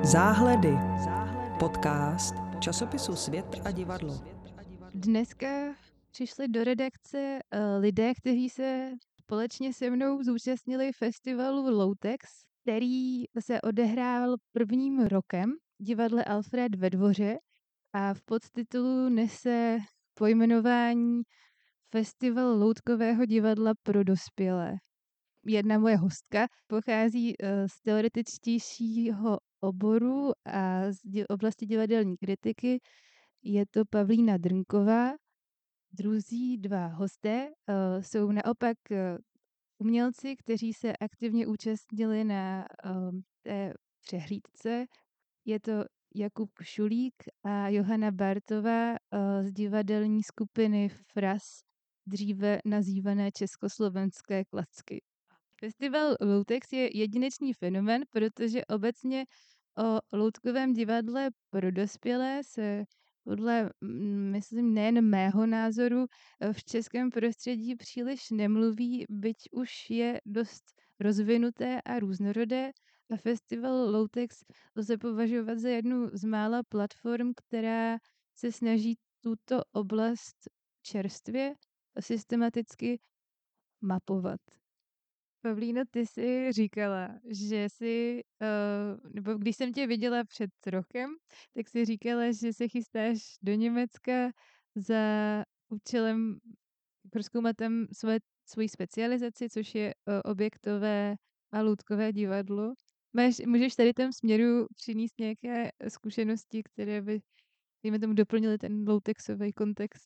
Záhledy. Podcast časopisu Svět a divadlo. Dneska přišli do redakce lidé, kteří se společně se mnou zúčastnili festivalu Loutex, který se odehrál prvním rokem v divadle Alfred ve Dvoře a v podtitulu nese pojmenování Festival loutkového divadla pro dospělé. Jedna moje hostka pochází z teoretičtějšího oboru a z oblasti divadelní kritiky. Je to Pavlína Drnková. Druzí dva hosté jsou naopak umělci, kteří se aktivně účastnili na té přehlídce. Je to Jakub Šulík a Johana Bartová z divadelní skupiny FRAS, dříve nazývané Československé klacky. Festival Loutex je jedinečný fenomén, protože obecně o loutkovém divadle pro dospělé se podle, myslím, nejen mého názoru, v českém prostředí příliš nemluví, byť už je dost rozvinuté a různorodé. A festival Loutex lze považovat za jednu z mála platform, která se snaží tuto oblast čerstvě a systematicky mapovat. Pavlíno, ty jsi říkala, že jsi, nebo když jsem tě viděla před rokem, tak jsi říkala, že se chystáš do Německa za účelem prozkoumat tam svoji specializaci, což je objektové a loutkové divadlo. Můžeš tady tam směru přinést nějaké zkušenosti, které by, dejme tomu, doplnily ten loutexový kontext?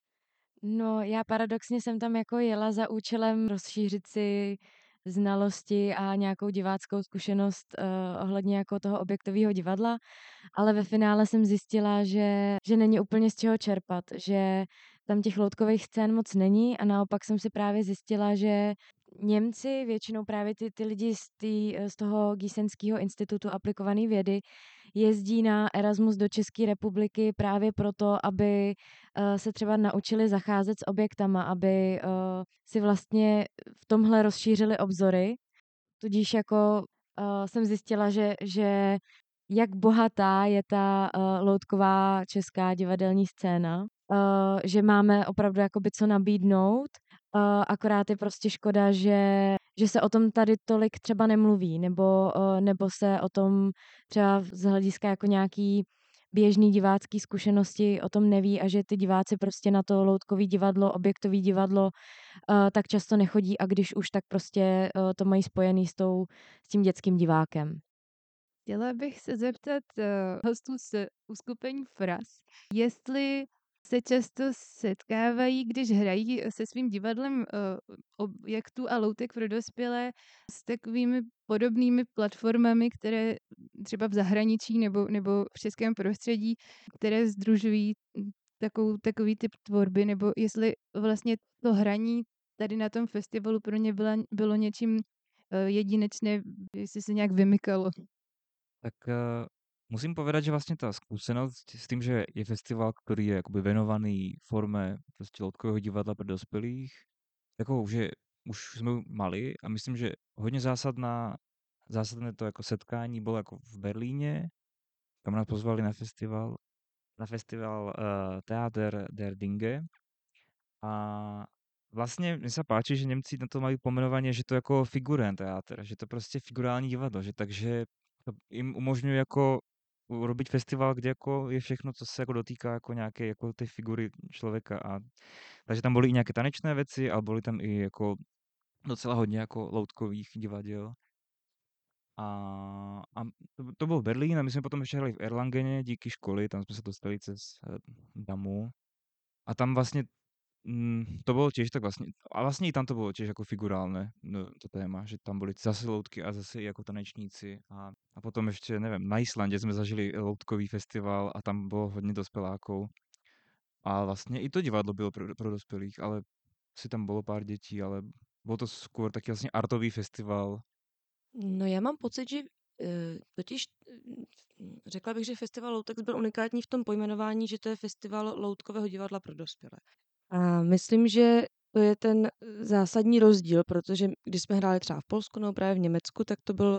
No, já paradoxně jsem tam jako jela za účelem rozšířit si znalosti a nějakou diváckou zkušenost ohledně jako toho objektového divadla, ale ve finále jsem zjistila, že není úplně z čeho čerpat, že tam těch loutkových scén moc není a naopak jsem si právě zjistila, že Němci, většinou právě ty lidi z toho Gießenského institutu aplikované vědy, jezdí na Erasmus do České republiky právě proto, aby se třeba naučili zacházet s objektama, aby si vlastně v tomhle rozšířili obzory. Tudíž jako jsem zjistila, že jak bohatá je ta loutková česká divadelní scéna, že máme opravdu jakoby co nabídnout, akorát je prostě škoda, že se o tom tady tolik třeba nemluví, nebo se o tom třeba z hlediska jako nějaký běžný divácký zkušenosti o tom neví a že ty diváci prostě na to loutkový divadlo, objektový divadlo tak často nechodí a když už, tak prostě to mají spojený s tím dětským divákem. Chtěla bych se zeptat hostů z uskupení FRAS, jestli se často setkávají, když hrají se svým divadlem objektů a loutek pro dospělé s takovými podobnými platformami, které třeba v zahraničí nebo v českém prostředí, které sdružují takový typ tvorby, nebo jestli vlastně to hraní tady na tom festivalu pro ně bylo něčím jedinečné, jestli se nějak vymykalo. Tak musím povedať, že vlastne tá skúsenosť s tým, že je festival, ktorý je akoby venovaný forme proste loutkového divadla pre dospelých, jako už sme ju mali a myslím, že hodně zásadné to jako setkání bolo ako v Berlíne, kam nás pozvali na festival Theater der Dinge a vlastne mne sa páči, že Nemci na to majú pomenovanie, že to je jako figurén teáter, že to prostě figurální divadlo, že takže to im umožňuje jako urobiť festival, kde jako je všechno, co se jako dotýká jako nějaké jako ty figury člověka a takže tam boli i nějaké tanečné věci, ale boli tam i jako docela hodně jako loutkových divadiel. A to byl Berlín a my jsme potom ještě hrali v Erlangene díky školy, tam jsme se dostali cez Damu. A tam vlastně to bolo tiež tak vlastne, a vlastne i tam to bolo tiež ako figurálne, no, to téma, že tam boli zase loutky a zase i ako tanečníci a potom ešte, neviem, na Islande sme zažili loutkový festival a tam bolo hodne dospelákov a vlastne i to divadlo bylo pro dospelých, ale si tam bolo pár detí, ale bol to skôr taký vlastne artový festival. No já mám pocit, že totiž řekla bych, že festival Loutex byl unikátní v tom pojmenování, že to je festival loutkového divadla pro dospělé. A myslím, že to je ten zásadní rozdíl, protože když jsme hráli třeba v Polsku nebo právě v Německu, tak to byl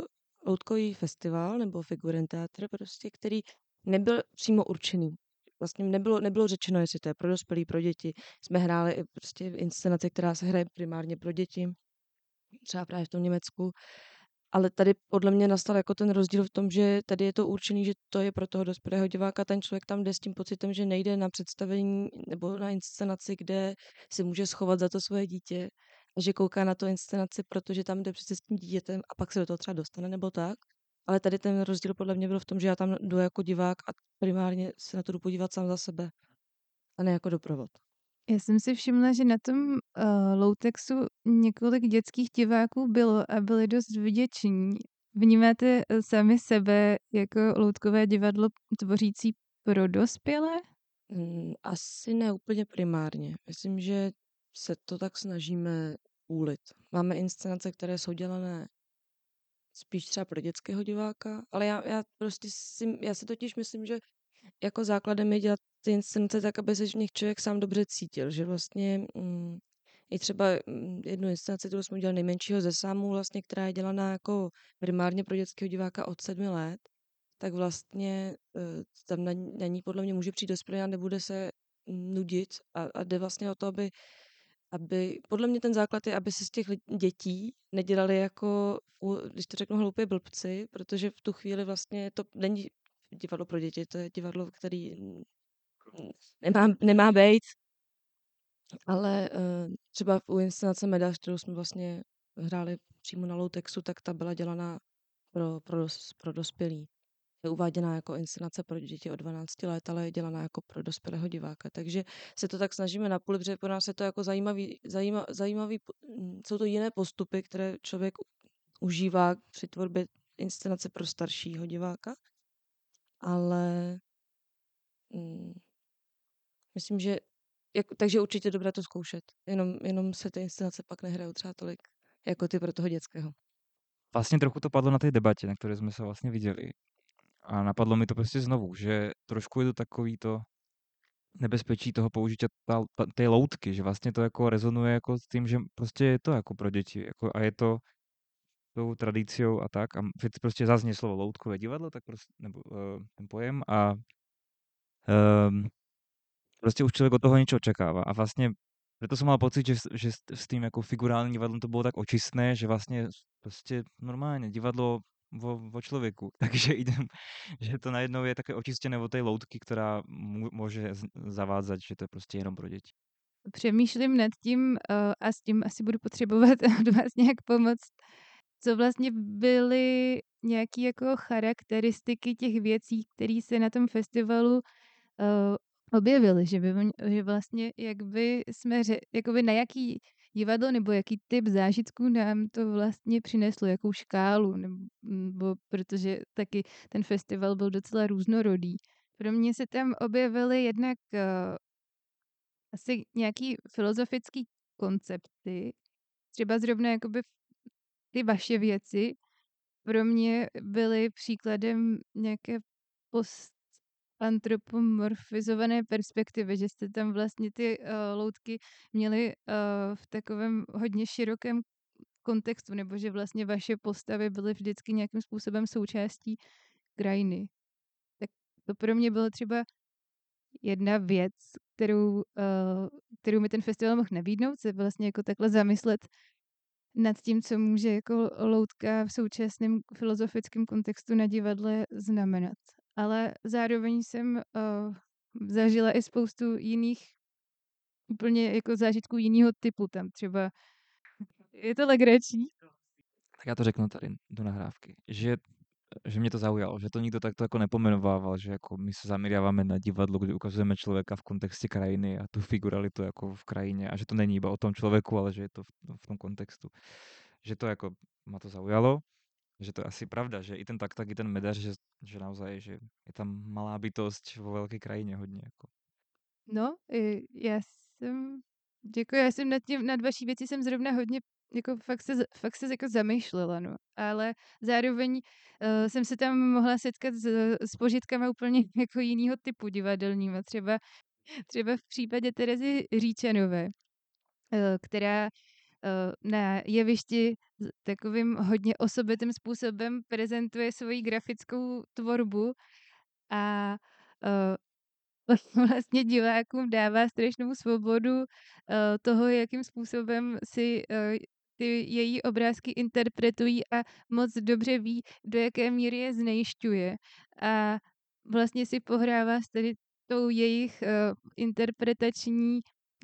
loutkový festival nebo figurenteátr prostě, který nebyl přímo určený. Vlastně nebylo řečeno, jestli to je pro dospělí, pro děti. Jsme hráli i prostě inscenaci, která se hraje primárně pro děti, třeba právě v tom Německu. Ale tady podle mě nastal jako ten rozdíl v tom, že tady je to určený, že to je pro toho dospělého diváka. Ten člověk tam jde s tím pocitem, že nejde na představení nebo na inscenaci, kde si může schovat za to svoje dítě a že kouká na tu inscenaci, protože tam jde přece s tím dítětem a pak se do toho třeba dostane nebo tak. Ale tady ten rozdíl podle mě byl v tom, že já tam jdu jako divák a primárně se na to jdu podívat sám za sebe a ne jako doprovod. Já jsem si všimla, že na tom Loutexu několik dětských diváků bylo a byli dost vděční. Vnímáte sami sebe jako loutkové divadlo tvořící pro dospělé? Asi ne úplně primárně. Myslím, že se to tak snažíme úlit. Máme inscenace, které jsou dělané spíš třeba pro dětského diváka, ale já prostě já si totiž myslím, že jako základem je dělat ty inscenace tak, aby se v nich člověk sám dobře cítil, že vlastně i třeba jednu inscenaci, kterou jsme udělali nejmenšího ze sámů, vlastně, která je dělaná jako primárně pro dětského diváka od 7 let, tak vlastně tam na ní podle mě může přijít dospělý a nebude se nudit a jde vlastně o to, aby podle mě ten základ je, aby se z těch dětí nedělali jako, když to řeknu hloupě, blbci, protože v tu chvíli vlastně to není divadlo pro děti, to je divadlo, který nemá být, ale třeba u inscenace Medař, kterou jsme vlastně hráli přímo na Loutexu, tak ta byla dělaná pro dospělý. Je uváděná jako inscenace pro děti od 12 let, ale je dělaná jako pro dospělého diváka. Takže se to tak snažíme napůl, protože pro nás je to jako zajímavý, jsou to jiné postupy, které člověk užívá při tvorbě inscenace pro staršího diváka, ale myslím, že takže určitě dobré to zkoušet. Jenom se ty inscenace pak nehrajou třeba tolik jako ty pro toho dětského. Vlastně trochu to padlo na té debatě, na které jsme se vlastně viděli. A napadlo mi to prostě znovu, že trošku je to takový to nebezpečí toho použití té loutky, že vlastně to jako rezonuje jako s tím, že prostě je to jako pro děti jako a je to tou tradiciou a tak a teď prostě zazně slovo loutkové divadlo, tak prostě, nebo ten pojem a prostě už člověk od toho něco očekává a vlastně proto jsem mal pocit, že s tím jako figurálním divadlem to bylo tak očistné, že vlastně prostě normálně divadlo o člověku. Takže že to najednou je také očistěné od té loutky, která může zavádzať, že to je prostě jenom pro děti. Přemýšlím nad tím a s tím asi budu potřebovat od vás nějak pomoct, co vlastně byly nějaké jako charakteristiky těch věcí, které se na tom festivalu objevily, že vlastně jakby jakoby na jaký divadlo nebo jaký typ zážitků nám to vlastně přineslo, jakou škálu, nebo protože taky ten festival byl docela různorodý. Pro mě se tam objevily jednak asi nějaký filozofický koncepty, třeba zrovna jakoby ty vaše věci pro mě byly příkladem nějaké postantropomorfizované perspektivy, že jste tam vlastně ty loutky měli v takovém hodně širokém kontextu, nebo že vlastně vaše postavy byly vždycky nějakým způsobem součástí krajiny. Tak to pro mě bylo třeba jedna věc, kterou mi ten festival mohl nabídnout, se vlastně jako takhle zamyslet nad tím, co může jako loutka v současném filozofickém kontextu na divadle znamenat. Ale zároveň jsem zažila i spoustu jiných úplně jako zážitků jiného typu tam třeba. Je to legrační? Tak já to řeknu tady do nahrávky, že mě to zaujalo, že to nikdo takto jako nepomenovával, že jako my se zameriáváme na divadlo, kde ukazujeme člověka v kontextu krajiny a tu figuralitu jako v krajině a že to není iba o tom člověku, ale že je to v tom kontextu. Že to jako ma to zaujalo, že to je asi pravda, že i ten tak i ten Medař, že naozaj, že je tam malá bytost vo velké krajině hodně. Jako. No, děkuji, já jsem nad vaší věcí jsem zrovna hodně jako fakt se jako zamýšlela, no. Ale zároveň jsem se tam mohla setkat s požitkama úplně jako jiného typu divadelníma. Třeba v případě Terezy Říčanové, která na jevišti takovým hodně osobitým způsobem prezentuje svoji grafickou tvorbu a vlastně divákům dává strašnou svobodu toho, jakým způsobem si ty její obrázky interpretují a moc dobře ví, do jaké míry je znejšťuje. A vlastně si pohrává s tady tou jejich interpretační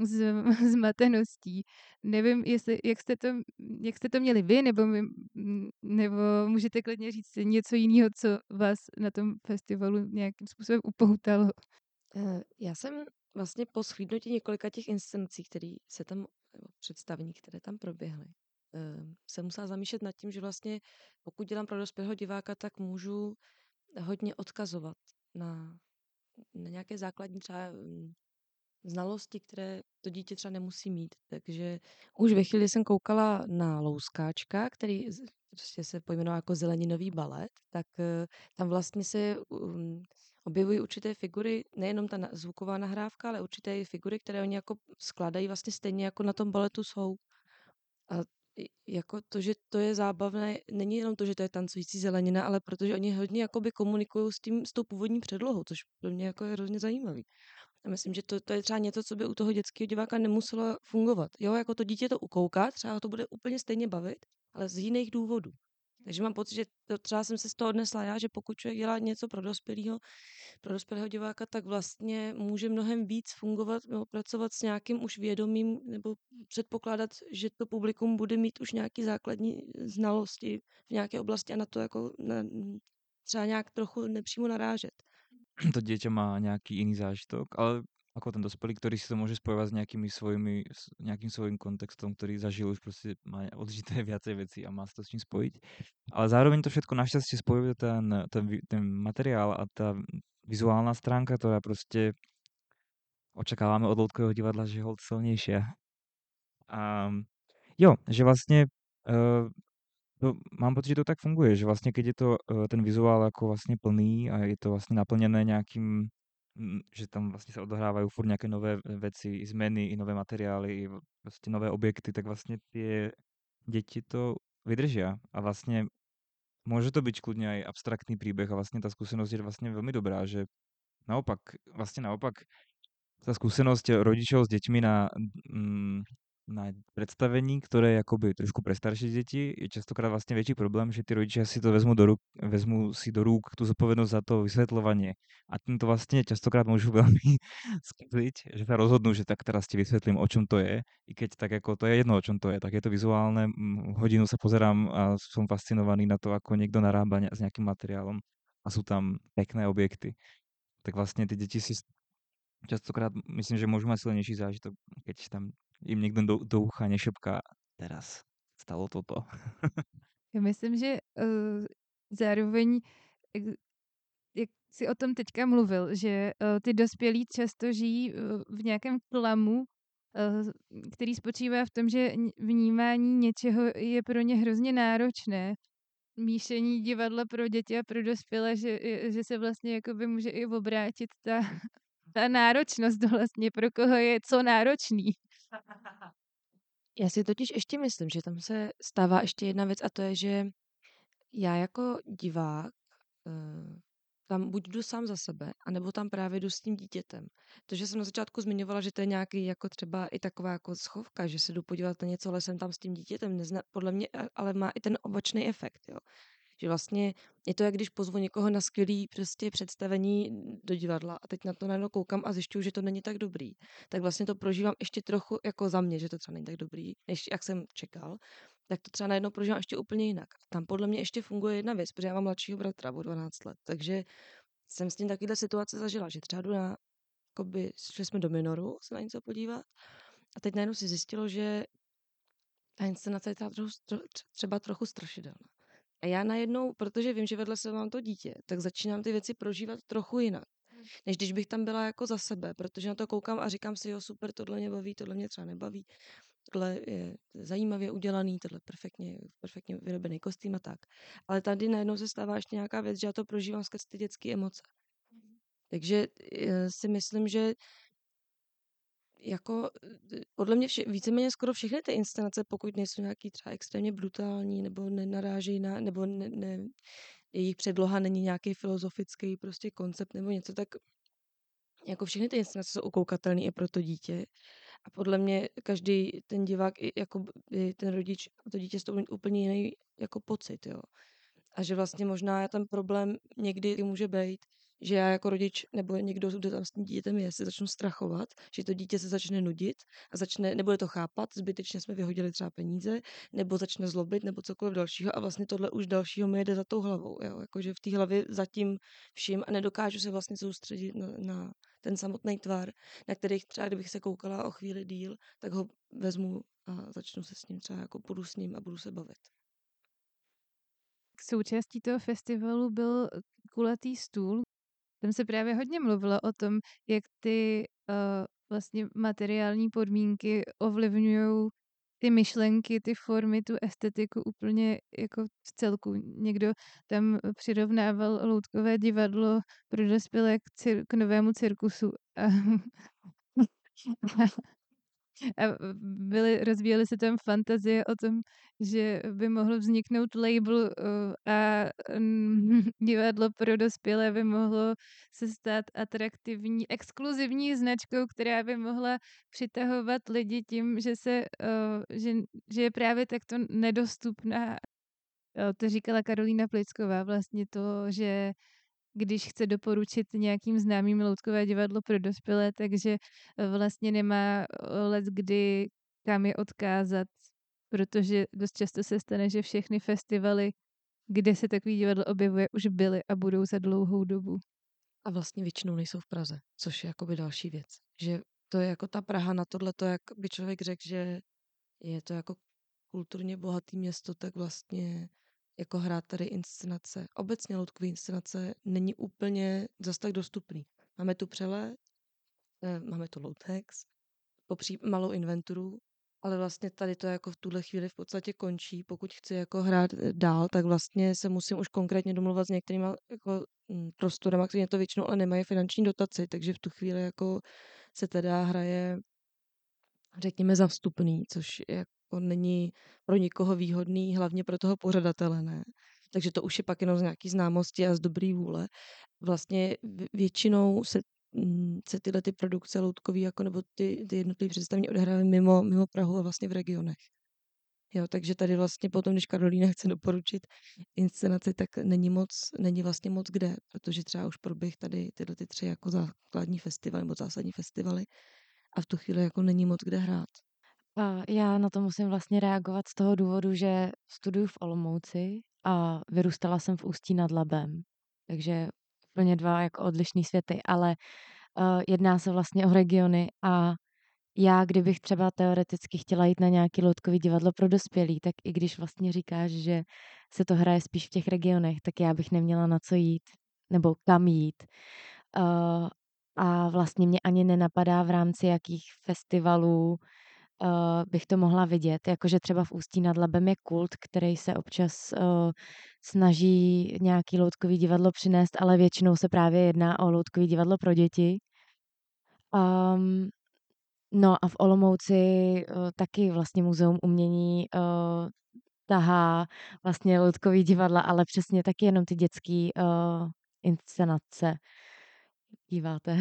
zmateností. Nevím, jak jste to měli vy, nebo můžete klidně říct něco jiného, co vás na tom festivalu nějakým způsobem upoutalo. Já jsem vlastně po shlédnutí několika těch inscenací, které se tam, nebo představení, které tam proběhly, se musela zamýšlet nad tím, že vlastně pokud dělám pro dospělého diváka, tak můžu hodně odkazovat na nějaké základní třeba znalosti, které to dítě třeba nemusí mít. Takže už ve chvíli jsem koukala na Louskáčka, který prostě se pojmenoval jako zeleninový balet, tak tam vlastně se objevují určité figury, nejenom ta zvuková nahrávka, ale určité figury, které oni jako skládají vlastně stejně jako na tom baletu jsou. A jako to, že to je zábavné, není jenom to, že to je tancující zelenina, ale protože oni hodně jakoby komunikují s tou původní předlohou, což pro mě jako je hrozně zajímavý. A myslím, že to je třeba něco, co by u toho dětského diváka nemuselo fungovat. Jo, jako to dítě to ukouká, třeba ho to bude úplně stejně bavit, ale z jiných důvodů. Takže mám pocit, že to třeba jsem se z toho odnesla já, že pokud člověk dělá něco pro dospělého diváka, tak vlastně může mnohem víc fungovat nebo pracovat s nějakým už vědomím nebo předpokládat, že to publikum bude mít už nějaký základní znalosti v nějaké oblasti a na to jako třeba nějak trochu nepřímo narážet. To dieťa má nejaký iný zážitok, ale ako ten dospelý, ktorý si to môže spojovať s nejakým svojím kontextom, ktorý zažil už proste, má odžité viacej veci a má sa to s čím spojiť. Ale zároveň to všetko našťastie spojuje ten materiál a tá vizuálna stránka, ktorá proste očakávame od loutkového divadla, že je hold silnejšia. A jo, že vlastne mám pocit, že to tak funguje, že vlastne keď je to ten vizuál ako vlastne plný a je to vlastne naplnené nejakým, že tam vlastne sa odohrávajú furt nejaké nové veci, zmeny, i nové materiály, i vlastne nové objekty, tak vlastne tie deti to vydržia a vlastne môže to byť kľudne aj abstraktný príbeh a vlastne tá skúsenosť je vlastne veľmi dobrá, že naopak tá skúsenosť rodičov s deťmi na predstavení, ktoré je akoby trošku pre staršie deti, je častokrát vlastne väčší problém, že tí rodičia si to vezmú si do rúk tú zodpovednosť za to vysvetľovanie. A tým to vlastne častokrát môžu veľmi skazliť, že sa rozhodnú, že tak teraz ti vysvetlím, o čom to je, i keď tak ako to je jedno, o čom to je, tak je to vizuálne, hodinu sa pozerám a som fascinovaný na to, ako niekto narába s nejakým materiálom a sú tam pekné objekty. Tak vlastne tí deti si častokrát myslím, že môžu mať silnejší zážitok, keď tam im niekto do ucha nešepká teraz stalo toto. Já myslím, že zároveň, jak jsi o tom teďka mluvil, že ty dospělí často žijí v nějakém klamu, který spočívá v tom, že vnímání něčeho je pro ně hrozně náročné. Míšení divadla pro děti a pro dospělé, že se vlastně jakoby může i obrátit ta náročnost vlastně, pro koho je co náročný. Já si totiž ještě myslím, že tam se stává ještě jedna věc a to je, že já jako divák tam buď jdu sám za sebe, anebo tam právě jdu s tím dítětem. To, že jsem na začátku zmiňovala, že to je nějaký jako třeba i taková jako schovka, že se jdu podívat na něco, ale jsem tam s tím dítětem, podle mě, ale má i ten opačný efekt, jo. Že vlastně je to, jak když pozvu někoho na skvělý prostě představení do divadla a teď na to najednou koukám a zjišťuju, že to není tak dobrý. Tak vlastně to prožívám ještě trochu jako za mě, že to třeba není tak dobrý, než jak jsem čekal. Tak to třeba najednou prožívám ještě úplně jinak. Tam podle mě ještě funguje jedna věc, protože já mám mladšího bratra o 12 let, takže jsem s tím takovýhle situace zažila, že třeba jdu šli jsme do Minoru se na něco podívat a teď najednou si zjistilo, že ta inscenace je třeba trochu strašidelná. A já najednou, protože vím, že vedle sebe mám to dítě, tak začínám ty věci prožívat trochu jinak, než když bych tam byla jako za sebe, protože na to koukám a říkám si, jo, super, tohle mě baví, tohle mě třeba nebaví, tohle je zajímavě udělaný, tohle perfektně vyrobený kostým a tak. Ale tady najednou se stává ještě nějaká věc, že já to prožívám skrz ty dětské emoce. Takže si myslím, že jako podle mě víceméně skoro všechny ty inscenace, pokud nejsou nějaký třeba extrémně brutální, nebo nenarážejí nebo jejich předloha není nějaký filozofický prostě koncept nebo něco, tak jako všechny ty inscenace jsou ukoukatelné i pro to dítě. A podle mě každý ten divák, jako i ten rodič a to dítě z toho mít úplně jiný jako pocit, jo. A že vlastně možná ten problém někdy může být, že já jako rodič nebo někdo, kdo tam s tím dítětem je, se začnu strachovat, že to dítě se začne nudit a nebude to chápat, zbytečně jsme vyhodili třeba peníze, nebo začne zlobit, nebo cokoliv dalšího a vlastně tohle už dalšího mi jede za tou hlavou, jo. Jakože v té hlavě zatím vším a nedokážu se vlastně soustředit na ten samotný tvar, na kterých třeba, kdybych se koukala o chvíli díl, tak ho vezmu a začnu se s ním třeba jako půjdu s ním a budu se bavit. Součástí toho festivalu byl kulatý stůl. Tam se právě hodně mluvilo o tom, jak ty vlastně materiální podmínky ovlivňují ty myšlenky, ty formy, tu estetiku úplně jako v celku. Někdo tam přirovnával loutkové divadlo pro dospělé k novému cirkusu. A rozvíjely se tam fantazie o tom, že by mohl vzniknout label a divadlo pro dospělé by mohlo se stát atraktivní, exkluzivní značkou, která by mohla přitahovat lidi tím, že je právě takto nedostupná. To říkala Karolína Plicková, vlastně to, že když chce doporučit nějakým známým loutkové divadlo pro dospělé, takže vlastně nemá leckdy kam je odkázat, protože dost často se stane, že všechny festivaly, kde se takový divadlo objevuje, už byly a budou za dlouhou dobu. A vlastně většinou nejsou v Praze, což je jakoby další věc. Že to je jako ta Praha na tohleto, jak by člověk řekl, že je to jako kulturně bohatý město, tak vlastně jako hrát tady inscenace, obecně loutkové inscenace, není úplně zas tak dostupný. Máme tu Přelet, máme tu Loutex, malou inventuru, ale vlastně tady to jako v tuhle chvíli v podstatě končí. Pokud chci jako hrát dál, tak vlastně se musím už konkrétně domluvat s některýma jako prostorama, které to většinou ale nemají finanční dotaci, takže v tu chvíli jako se teda hraje, řekněme, za vstupný, což jako není pro nikoho výhodný, hlavně pro toho pořadatele, ne. Takže to už je pak jenom z nějaký známosti a z dobrý vůle. Vlastně většinou se tyhle ty produkce loutkový, jako nebo ty jednotlivé představení odehrávají mimo Prahu a vlastně v regionech. Jo, takže tady vlastně potom, když Karolína chce doporučit inscenaci, tak není vlastně moc kde, protože třeba už proběh tady tyhle ty 3 jako základní festivaly nebo zásadní festivaly a v tu chvíli jako není moc kde hrát. Já na to musím vlastně reagovat z toho důvodu, že studuju v Olomouci a vyrůstala jsem v Ústí nad Labem. Takže úplně 2 jako odlišný světy, ale jedná se vlastně o regiony a já, kdybych třeba teoreticky chtěla jít na nějaký loutkový divadlo pro dospělý, tak i když vlastně říkáš, že se to hraje spíš v těch regionech, tak já bych neměla na co jít nebo kam jít. A vlastně mě ani nenapadá, v rámci jakých festivalů bych to mohla vidět. Jakože třeba v Ústí nad Labem je Kult, který se občas snaží nějaký loutkový divadlo přinést, ale většinou se právě jedná o loutkový divadlo pro děti. No a v Olomouci taky vlastně Muzeum umění tahá vlastně loutkový divadla, ale přesně taky jenom ty dětský inscenace. Díváte.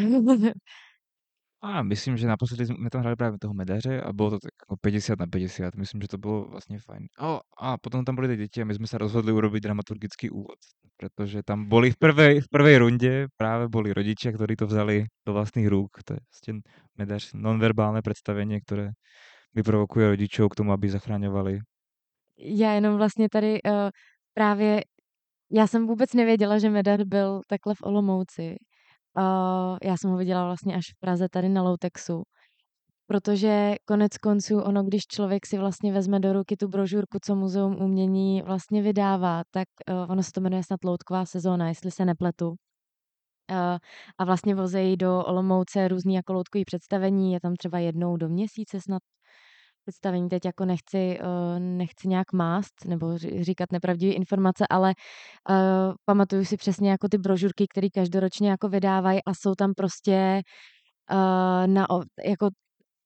A myslím, že naposledy jsme tam hráli právě toho Medaře a bylo to tak jako 50/50. Myslím, že to bylo vlastně fajn. A potom tam byly ty děti a my jsme se rozhodli urobiť dramaturgický úvod, pretože tam boli v prvej runde práve boli rodičia, ktorí to vzali do vlastných rúk. To je vlastne Medař, nonverbálne predstavenie, ktoré vyprovokuje rodičov k tomu, aby zachraňovali. Já jenom vlastně tady právě, já jsem vůbec nevěděla, že Medar byl takhle v Olomouci. Já jsem ho viděla vlastně až v Praze tady na Loutexu. Protože konec konců ono, když člověk si vlastně vezme do ruky tu brožurku, co Muzeum umění vlastně vydává, tak ono se to jmenuje snad Loutková sezóna, jestli se nepletu. A vlastně vozejí do Olomouce různý jako loutkový představení, je tam třeba jednou do měsíce snad představení, teď jako nechci nějak mást nebo říkat nepravdivé informace, ale pamatuju si přesně jako ty brožurky, které každoročně jako vydávají a jsou tam prostě jako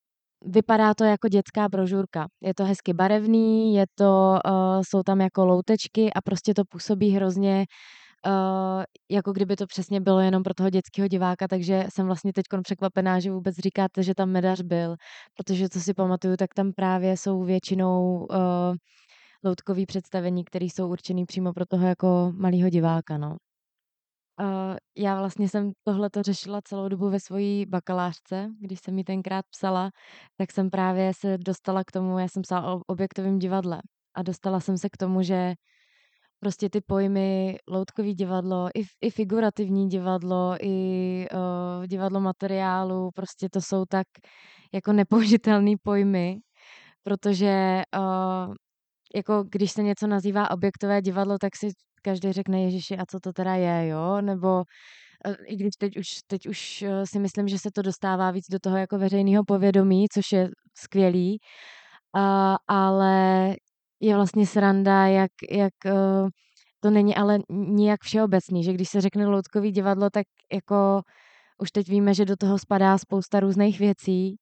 vypadá to jako dětská brožurka. Je to hezky barevný, jsou tam jako loutečky a prostě to působí hrozně, jako kdyby to přesně bylo jenom pro toho dětského diváka, takže jsem vlastně teďkon překvapená, že vůbec říkáte, že tam medař byl, protože co si pamatuju, tak tam právě jsou většinou loutkový představení, které jsou určený přímo pro toho jako malého diváka, no. Já vlastně jsem tohleto řešila celou dobu ve svojí bakalářce, když jsem ji tenkrát psala, tak jsem právě se dostala k tomu, já jsem psala o objektovém divadle a dostala jsem se k tomu, že prostě ty pojmy loutkový divadlo, i figurativní divadlo, i divadlo materiálu, prostě to jsou tak jako nepoužitelný pojmy, protože jako když se něco nazývá objektové divadlo, tak si každý řekne, Ježiši, a co to teda je, jo? Nebo i když teď už si myslím, že se to dostává víc do toho jako veřejného povědomí, což je skvělý, ale je vlastně sranda, jak to není ale nijak všeobecný, že když se řekne loutkový divadlo, tak jako už teď víme, že do toho spadá spousta různých věcí.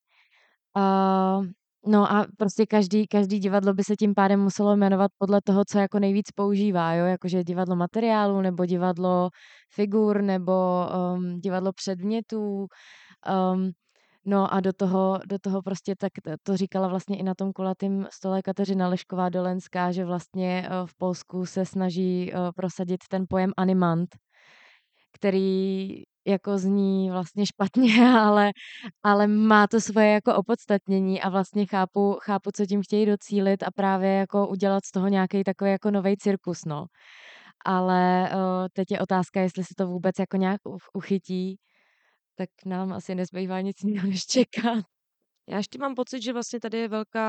No a prostě každý divadlo by se tím pádem muselo jmenovat podle toho, co jako nejvíc používá, jo, jakože divadlo materiálu, nebo divadlo figur, nebo divadlo předmětů. No a do toho prostě tak to říkala vlastně i na tom kulatém stole Kateřina Lešková-Dolenská, že vlastně v Polsku se snaží prosadit ten pojem animant, který jako zní vlastně špatně, ale má to svoje jako opodstatnění a vlastně chápu, co tím chtějí docílit a právě jako udělat z toho nějaký takový jako nový cirkus, no. Ale teď je otázka, jestli se to vůbec jako nějak uchytí, tak nám asi nezbývá nic jiného než čekat. Já ještě mám pocit, že vlastně tady je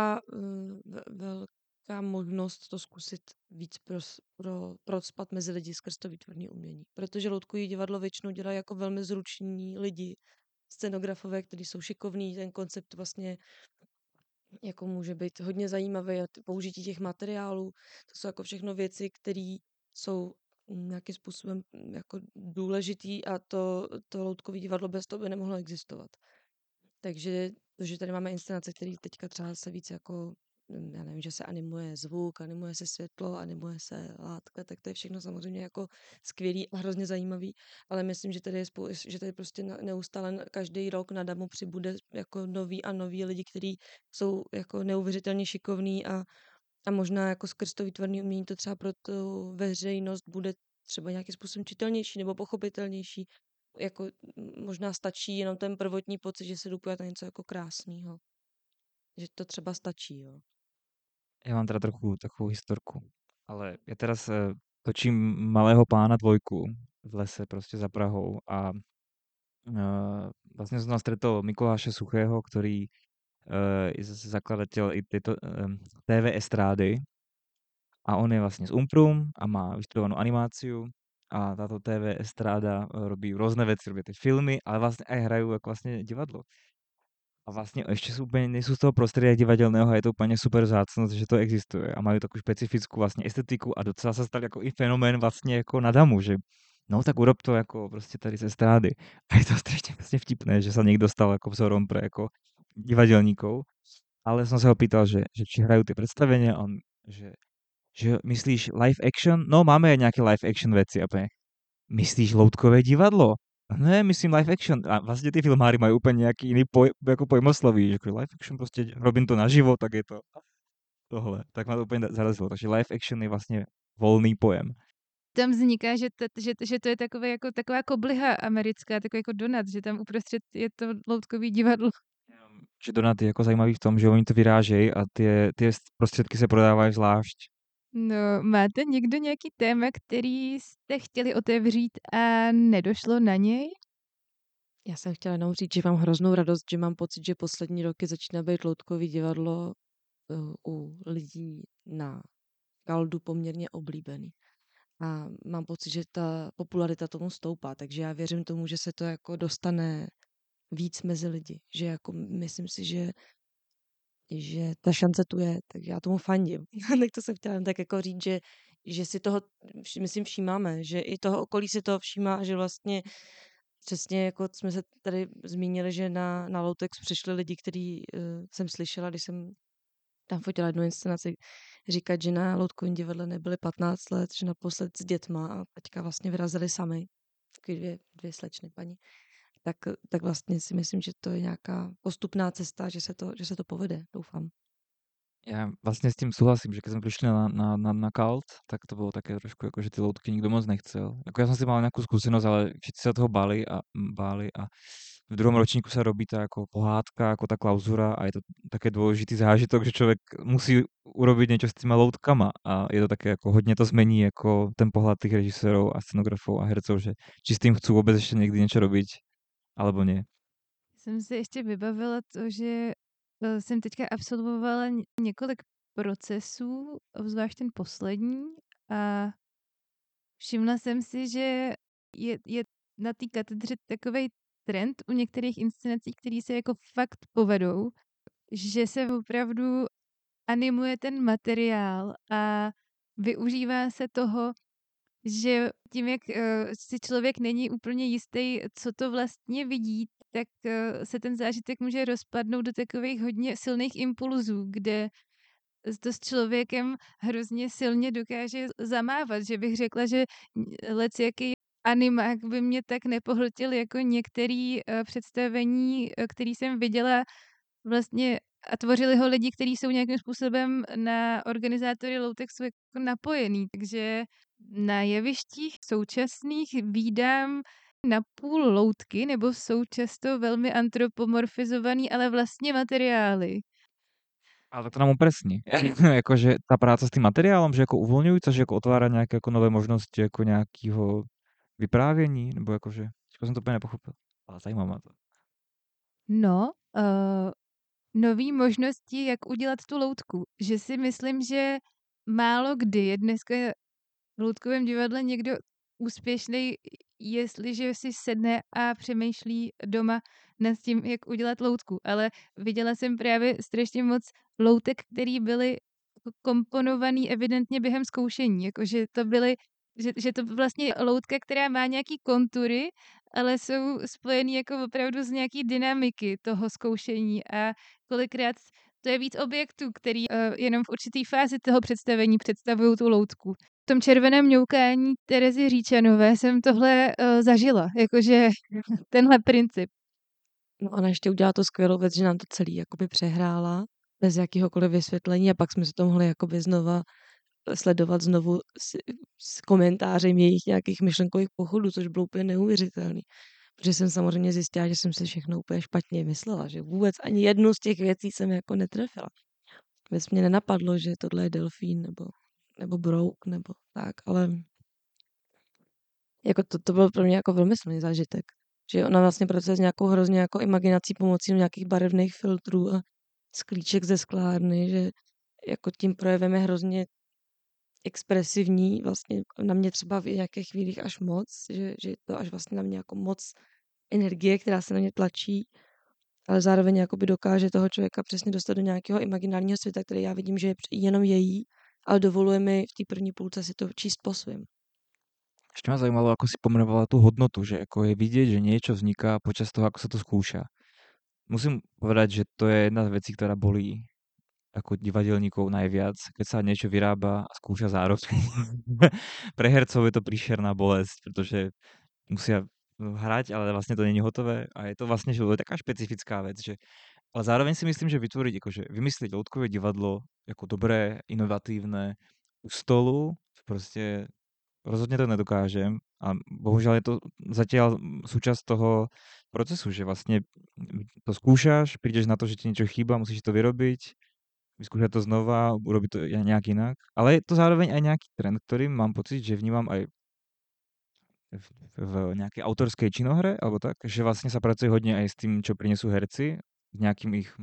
velká možnost to zkusit víc procpat mezi lidi skrz to výtvarné umění. Protože loutkový divadlo většinou dělají jako velmi zruční lidi, scenografové, kteří jsou šikovní, ten koncept vlastně jako může být hodně zajímavý a použití těch materiálů, to jsou jako všechno věci, které jsou nějakým způsobem jako důležitý a to loutkový divadlo bez toho by nemohlo existovat. Takže to, že tady máme inscenace, které teďka třeba se víc jako, já nevím, že se animuje zvuk, animuje se světlo, animuje se látka, tak to je všechno samozřejmě jako skvělý a hrozně zajímavý, ale myslím, že tady že tady prostě neustále každý rok na Damu přibude jako noví a noví lidi, kteří jsou jako neuvěřitelně šikovní a možná jako skrz to výtvarné umění to třeba pro tu veřejnost bude třeba nějakým způsobem čitelnější nebo pochopitelnější. Jako možná stačí jenom ten prvotní pocit, že se jdu podívat na něco jako krásného. Že to třeba stačí, jo. Já mám teda trochu takovou historku, ale já teraz točím Malého pána 2 v lese prostě za Prahou a vlastne som tam stretol Mikuláše Suchého, ktorý je zase zakladateľ i tejto TV estrády a on je vlastne z Umprum a má vyštudovanú animáciu a táto TV estráda robí rôzne veci, robí tie filmy, ale vlastne aj hrajú ako vlastne divadlo. A vlastne ešte sú úplne, nejsú z toho prostredia divadelného a je to úplne super vzácnosť, že to existuje a majú takú špecifickú vlastne estetiku a docela sa stali ako i fenomén vlastne ako na Damu, že no tak urob to ako prostě tady z estrády. A je to strašne vlastne vtipné, že sa niekto stal ako vzorom pre ako divadelníkov. Ale som sa ho pýtal, že či hrajú tie predstavenia a on, že myslíš live action? No máme aj nejaké live action veci a úplne, myslíš loutkové divadlo? Ne, myslím live action. A vlastně ty filmáři mají úplně nějaký jiný jako pojmosloví, že live action prostě robím to naživo, tak je to tohle. Tak mě to úplně zarazilo. Takže live action je vlastně volný pojem. Tam vzniká, že to je takové jako, taková kobliha americká, takový jako donut, že tam uprostřed je to loutkový divadlo. Že donut je jako zajímavý v tom, že oni to vyrážejí a ty prostředky se prodávají zvlášť. No, máte někdo nějaký téma, který jste chtěli otevřít a nedošlo na něj? Já jsem chtěla jenom říct, že mám hroznou radost, že mám pocit, že poslední roky začíná být loutkový divadlo u lidí na Galdu poměrně oblíbený. A mám pocit, že ta popularita tomu stoupá, takže já věřím tomu, že se to jako dostane víc mezi lidi. Že jako myslím si, že ta šance tu je, tak já tomu fandím. Tak to jsem chtěla jen tak jako říct, že si toho, myslím, všímáme, že i toho okolí si toho všímá, že vlastně přesně jako jsme se tady zmínili, že na Loutex přišli lidi, který jsem slyšela, když jsem tam fotila jednu inscenaci, říkat, že na Loutkovém divadle nebyli 15 let, že naposled s dětma a teďka vlastně vyrazili sami. Taky dvě slečny paní. Tak vlastně si myslím, že to je nějaká postupná cesta, že se to povede, doufám. Ja vlastne s tým súhlasím, že keď sme prišli na Kalt, tak to bolo také trošku ako, že tie loutky nikto moc nechcel. Ako ja som si mal nejakú skúsenosť, ale všetci sa toho báli a v druhom ročníku sa robí tá ako pohádka, ako tá klauzura a je to také dôležitý zážitok, že človek musí urobiť niečo s týma loutkama a je to také ako hodne to zmení ako ten pohľad tých režisérov a scenografov a hercov, že či s tým chcú vôbec ešte niekdy niečo robiť, alebo nie. Jsem si ještě vybavila to, že jsem teďka absolvovala několik procesů, obzvlášť ten poslední, a všimla jsem si, že je na té katedře takový trend u některých inscenací, které se jako fakt povedou, že se opravdu animuje ten materiál a využívá se toho, že tím, jak si člověk není úplně jistý, co to vlastně vidí, tak se ten zážitek může rozpadnout do takových hodně silných impulzů, kde to s člověkem hrozně silně dokáže zamávat, že bych řekla, že lecjaký animák by mě tak nepohltil jako některý představení, který jsem viděla vlastně a tvořili ho lidi, kteří jsou nějakým způsobem na organizátory Loutexu jako napojení. Takže na jevištích současných vídám napůl loutky, nebo jsou často velmi antropomorfizovaný, ale vlastně materiály. Ale tak to nám upresni. Akože tá práca s tým materiálom, že ako uvoľňujúca, že ako otvára nejaké ako nové možnosti ako nejakého vyprávění, nebo akože, som to úplne nepochopil. Ale zajímá ma to. No, nový možnosti, jak udělat tu loutku. Že si myslím, že málo kdy je dneska v loutkovém divadle někdo úspěšný, jestliže si sedne a přemýšlí doma nad tím, jak udělat loutku. Ale viděla jsem právě strašně moc loutek, které byly jako komponovaný evidentně během zkoušení. Jakože to byly, že to vlastně loutka, která má nějaký kontury, ale jsou spojený jako opravdu z nějaký dynamiky toho zkoušení a kolikrát to je víc objektů, který jenom v určitý fázi toho představení představují tu loutku. V tom červeném mňoukání Terezy Říčanové jsem tohle zažila, jakože tenhle princip. No ona ještě udělala tu skvělou věc, že nám to celý jakoby přehrála bez jakéhokoliv vysvětlení a pak jsme si to mohli jakoby znova sledovat znovu s komentářem jejich nějakých myšlenkových pochodů, což bylo úplně neuvěřitelný. Protože jsem samozřejmě zjistila, že jsem si všechno úplně špatně myslela, že vůbec ani jednu z těch věcí jsem jako netrefila. Vůbec mě nenapadlo, že tohle je delfín nebo brouk nebo tak, ale jako to byl pro mě jako velmi silný zážitek. Že ona vlastně pracuje s nějakou hrozně jako imaginací pomocí nějakých barevných filtrů a sklíček ze sklárny, že jako tím projevem je hrozně expresivní, vlastně na mě třeba v nějakých chvílích až moc, že je to až vlastně na mě jako moc energie, která se na mě tlačí, ale zároveň jakoby dokáže toho člověka přesně dostat do nějakého imaginárního světa, který já vidím, že je jenom její, ale dovoluje mi v té první půlce si to číst po svém. Ešte ma zaujímalo, ako si pomenovala tú hodnotu, že ako je vidieť, že niečo vzniká počas toho, ako sa to skúša. Musím povedať, že to je jedna z vecí, ktorá bolí ako divadelníkov najviac, keď sa niečo vyrába a skúša zároveň. Pre hercov je to príšerná bolesť, pretože musia hrať, ale vlastne to není hotové a je to vlastne, že to je taká špecifická vec, že ale zároveň si myslím, že vytvoriť, akože vymyslieť loutkové divadlo ako dobré, inovatívne u stolu, proste rozhodne to nedokážem a bohužiaľ je to zatiaľ súčasť toho procesu, že vlastne to skúšaš, prídeš na to, že ti niečo chýba, musíš to vyrobiť, vyskúšať to znova, urobiť to nejak inak. Ale je to zároveň aj nejaký trend, ktorý mám pocit, že vnímam aj v nejakej autorskej činohre, alebo tak, že vlastne sa pracuje hodne aj s tým, čo prinesú herci, s nejakým ich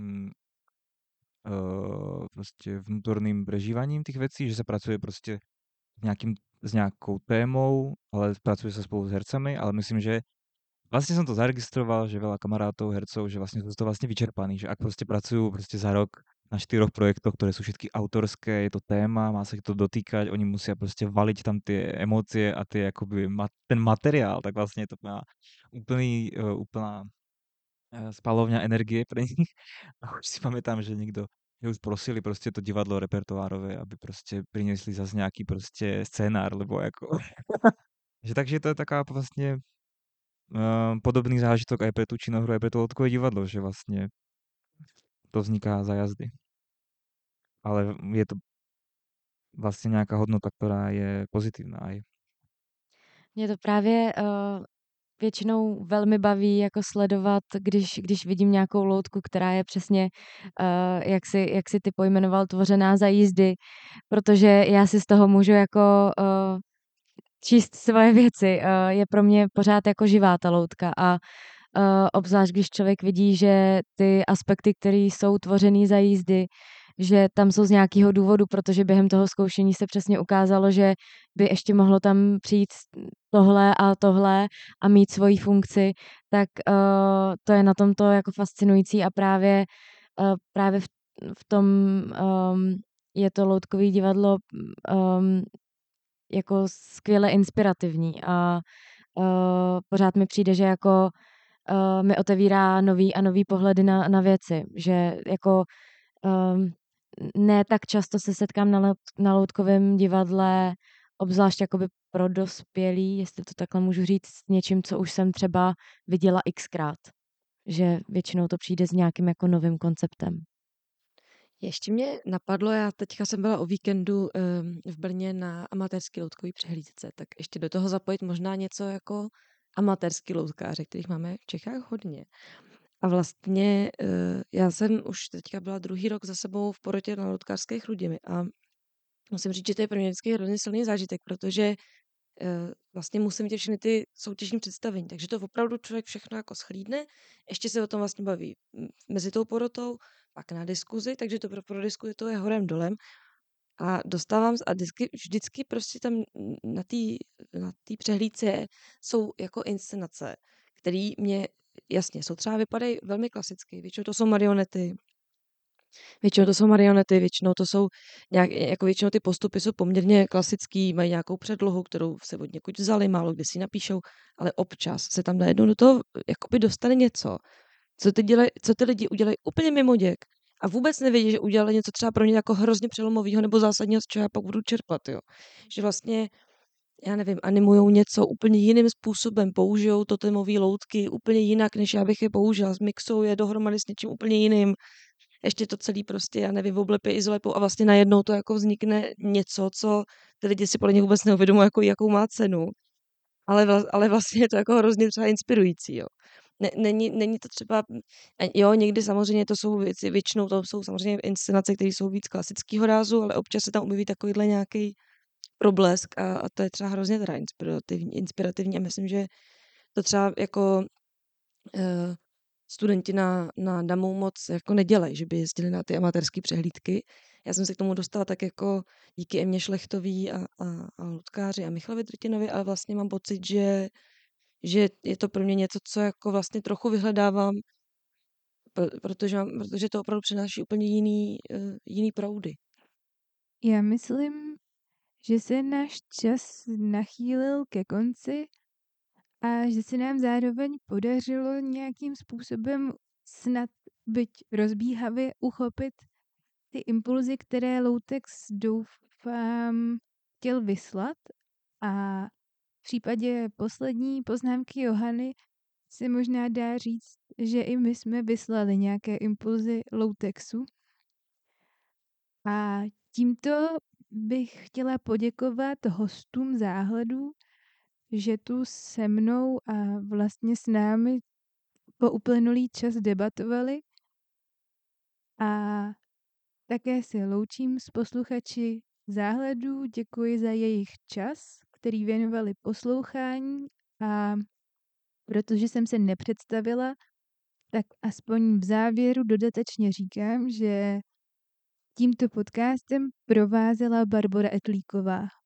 proste vnútorným prežívaním tých vecí, že sa pracuje proste s nejakou témou, ale pracuje sa spolu s hercami, ale myslím, že vlastne som to zaregistroval, že veľa kamarátov, hercov, že vlastne sú to vlastne vyčerpaní, že ak proste pracujú proste za rok na 4 projektoch, ktoré sú všetky autorské, je to téma, má sa ich to dotýkať, oni musia proste valiť tam tie emócie a tie akoby ten materiál, tak vlastne je to má úplná spalovňa energie pre nich. A už si pamätám, že už prosili prostě to divadlo repertoárové, aby prostě priniesli zase nejaký prostě scénár, lebo ako... že takže to je taká vlastne podobný zážitok aj pre tú činohru, aj pre to loutkové divadlo, že vlastne to vzniká za jazdy. Ale je to vlastne nejaká hodnota, ktorá je pozitívna aj. Mě to právě většinou velmi baví jako sledovat, když vidím nějakou loutku, která je přesně, jak si ty pojmenoval, tvořená za jízdy, protože já si z toho můžu jako číst svoje věci. Je pro mě pořád jako živá ta loutka a obzvlášť, když člověk vidí, že ty aspekty, které jsou tvořený za jízdy, že tam jsou z nějakého důvodu, protože během toho zkoušení se přesně ukázalo, že by ještě mohlo tam přijít tohle a mít svoji funkci, tak to je na tomto jako fascinující a právě v tom je to loutkový divadlo jako skvěle inspirativní a pořád mi přijde, že jako mi otevírá nový a nový pohledy na věci, že jako ne tak často se setkám na loutkovém divadle, obzvlášť jakoby pro dospělí, jestli to takhle můžu říct, s něčím, co už jsem třeba viděla xkrát. Že většinou to přijde s nějakým jako novým konceptem. Ještě mě napadlo, já teďka jsem byla o víkendu v Brně na amatérský loutkový přehlídce, tak ještě do toho zapojit možná něco jako amatérský loutkáře, kterých máme v Čechách hodně. A vlastně já jsem už teďka byla druhý rok za sebou v porotě na loutkářské Chrudimi a musím říct, že to je pro mě vždycky hrozně silný zážitek, protože vlastně musím mít všechny ty soutěžní představení, takže to opravdu člověk všechno jako schlídne, ještě se o tom vlastně baví mezi tou porotou, pak na diskuzi, takže to pro diskuzi to je horem dolem a dostávám a vždycky prostě tam na té přehlídce jsou jako inscenace, které mě jasně jsou třeba vypadají velmi klasicky, většinou to jsou marionety, většinou to jsou jako většinou ty postupy jsou poměrně klasický, mají nějakou předlohu, kterou se od někud vzali, málo kdy si napíšou, ale občas se tam najednou do toho jakoby dostane něco, co ty lidi udělají úplně mimoděk a vůbec nevědí, že udělali něco třeba pro ně jako hrozně přelomového nebo zásadního, z čeho já pak budu čerpat, jo. Že vlastně já nevím, animujou něco úplně jiným způsobem, použijou totemové loutky úplně jinak, než já bych je použila, zmixují je dohromady s něčím úplně jiným, ještě to celý prostě, já nevím, oblepí i zlepou a vlastně najednou to jako vznikne něco, co ty lidi si podle něj vůbec neuvědomují, jakou má cenu. Ale vlastně je to jako hrozně třeba inspirující, jo. Není to třeba, jo, někdy samozřejmě to jsou věci, většinou to jsou samozřejmě inscenace, které jsou víc klasického rázu, ale občas se tam objeví takovýhle nějaký problesk a to je třeba hrozně teda inspirativní a myslím, že to třeba jako studenti na DAMu moc jako nedělají, že by jezdili na ty amatérské přehlídky. Já jsem se k tomu dostala tak jako díky Emě Šlechtový a loutkáři a Michalovi Drtinovi, ale vlastně mám pocit, že je to pro mě něco, co jako vlastně trochu vyhledávám, protože to opravdu přináší úplně jiný proudy. Já myslím, že se náš čas nachýlil ke konci a že se nám zároveň podařilo nějakým způsobem snad byť rozbíhavě uchopit ty impulzy, které Loutex doufám chtěl vyslat a v případě poslední poznámky Johany se možná dá říct, že i my jsme vyslali nějaké impulzy Loutexu. A tímto bych chtěla poděkovat hostům záhledu, že tu se mnou a vlastně s námi po uplynulý čas debatovali. A také se loučím s posluchači záhledu, děkuji za jejich čas, který věnovali poslouchání a protože jsem se nepředstavila, tak aspoň v závěru dodatečně říkám, že tímto podcastem provázela Barbora Etlíková.